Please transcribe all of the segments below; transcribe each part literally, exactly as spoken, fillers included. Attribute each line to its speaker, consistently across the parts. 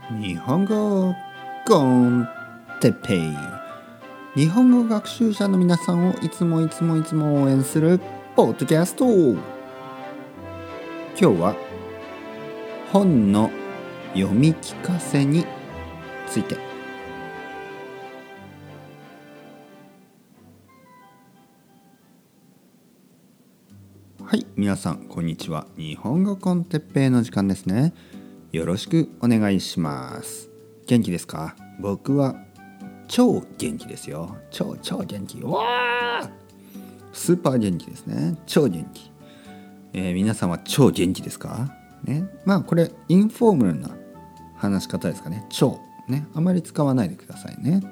Speaker 1: 日本語コンテッペイ。日本語学習者の皆さんをいつもいつもいつも応援するポッドキャスト。今日は本の読み聞かせについて。はい、皆さんこんにちは。日本語コンテッペイの時間ですね。よろしくお願いします。元気ですか？僕は超元気ですよ。超超元気。わー！スーパー元気ですね。超元気。えー、皆さんは超元気ですか？ね。まあこれインフォーマルな話し方ですかね。超ね。あまり使わないでくださいね。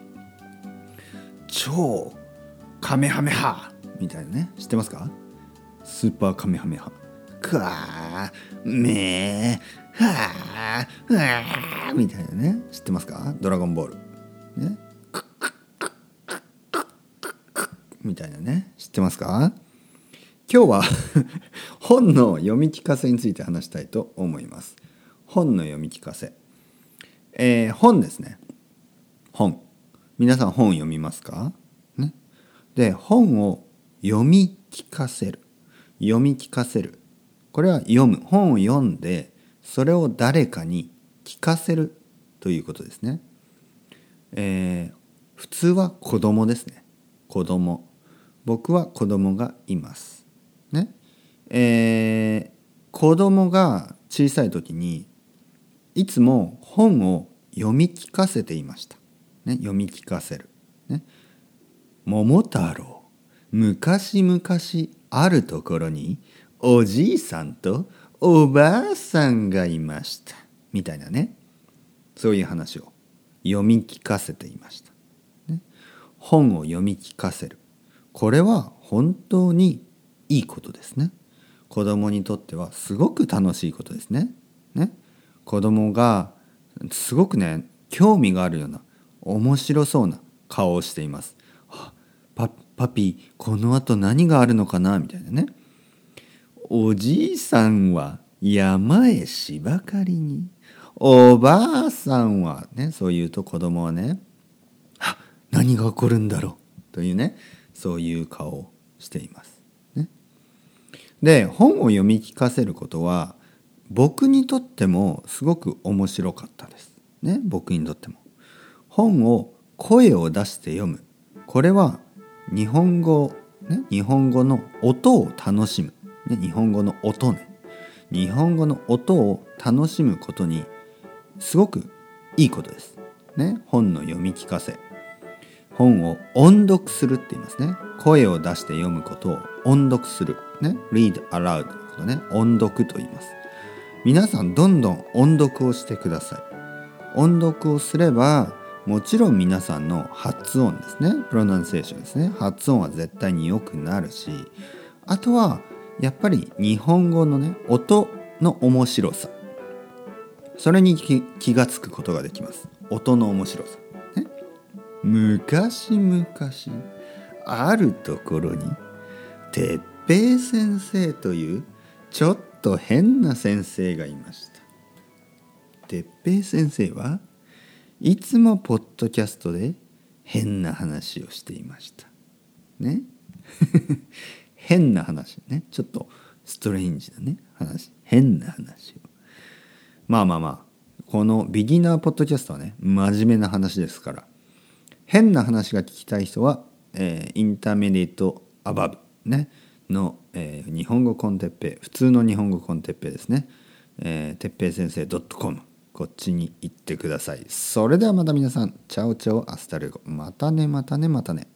Speaker 1: 超カメハメハみたいなね。知ってますか？スーパーカメハメハ。くわーめーはーうわーみたいなね。知ってますか？ドラゴンボールね。クックックックックックックッみたいなね。知ってますか？今日は本の読み聞かせについて話したいと思います。本の読み聞かせ、えー、本ですね。本、皆さん本読みますか？ね。で、本を読み聞かせる、読み聞かせる、これは読む、本を読んでそれを誰かに聞かせるということですね。えー、普通は子供ですね。子供。僕は子供がいます。ね。えー、子供が小さい時にいつも本を読み聞かせていました。ね、読み聞かせる。ね。桃太郎、昔々あるところにおじいさんとおばあさんがいましたみたいなね、そういう話を読み聞かせていました、ね、本を読み聞かせる、これは本当にいいことですね。子供にとってはすごく楽しいことですね。ね、子供がすごくね、興味があるような面白そうな顔をしています。パ, パピこの後何があるのかなみたいなね。おじいさんは山へ芝刈りに、おばあさんはね、そう言うと子供はね、あ、何が起こるんだろうというね、そういう顔をしています、ね。で、本を読み聞かせることは僕にとってもすごく面白かったです、ね。僕にとっても本を声を出して読む、これは日本語、ね、日本語の音を楽しむ、ね、日本語の音ね、日本語の音を楽しむことにすごくいいことです、ね。本の読み聞かせ、本を音読するって言いますね。声を出して読むことを音読する、ね、read aloud のことね、音読と言います。皆さんどんどん音読をしてください。音読をすればもちろん皆さんの発音ですね、プロナンセーションですね、発音は絶対に良くなるし、あとはやっぱり日本語のね、音の面白さ、それに 気, 気がつくことができます。音の面白さ、ね、昔々あるところに哲平先生というちょっと変な先生がいました。哲平先生はいつもポッドキャストで変な話をしていましたね。変な話ね、ちょっとストレンジなね話、変な話を、まあまあまあ、このビギナーポッドキャストはね、真面目な話ですから、変な話が聞きたい人は、えー、インターメディエイトアバブねの、えー、日本語コンテッペイ、普通の日本語コンテッペイですね、えー、てっぺい先生 .com、 こっちに行ってください。それではまた皆さん、チャオチャオアスタルゴ、またねまたねまたね。